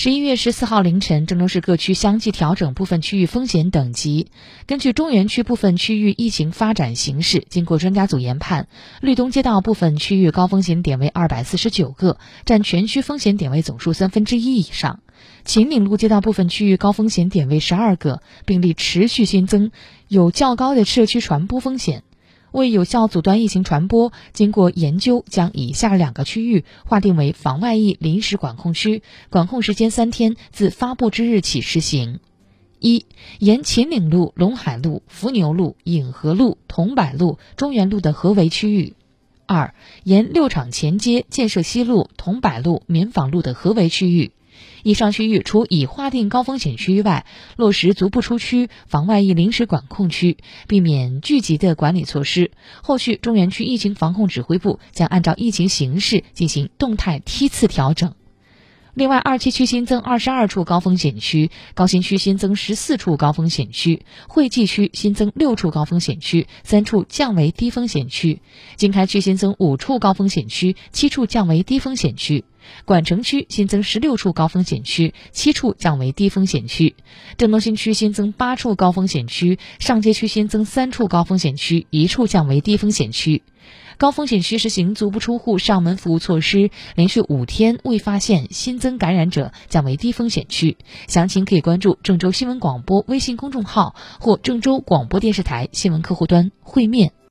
11月14号凌晨，郑州市各区相继调整部分区域风险等级。根据中原区部分区域疫情发展形势，经过专家组研判，绿东街道部分区域高风险点为249个，占全区风险点位总数1/3以上。秦岭路街道部分区域高风险点为12个，病例持续新增，有较高的社区传播风险。为有效阻断疫情传播，经过研究，将以下2个区域划定为防外疫临时管控区，管控时间3天，自发布之日起施行。1. 沿秦岭路、陇海路、伏牛路、颍河路、桐柏路、中原路的合围区域。2. 沿六厂前街、建设西路、桐柏路、民坊路的合围区域。以上区域除已划定高风险区域外，落实足不出区、防外疫临时管控区，避免聚集的管理措施。后续中原区疫情防控指挥部将按照疫情形势进行动态梯次调整。另外，2七区新增22处高风险区，高新区新增14处高风险区，惠济区新增6处高风险区，3处降为低风险区，经开区新增5处高风险区，7处降为低风险区，管城区新增16处高风险区，7处降为低风险区，郑东新区新增8处高风险区，上街区新增3处高风险区，1处降为低风险区。高风险区实行足不出户上门服务措施，连续5天未发现新增感染者，降为低风险区。详情可以关注郑州新闻广播微信公众号或郑州广播电视台新闻客户端会面。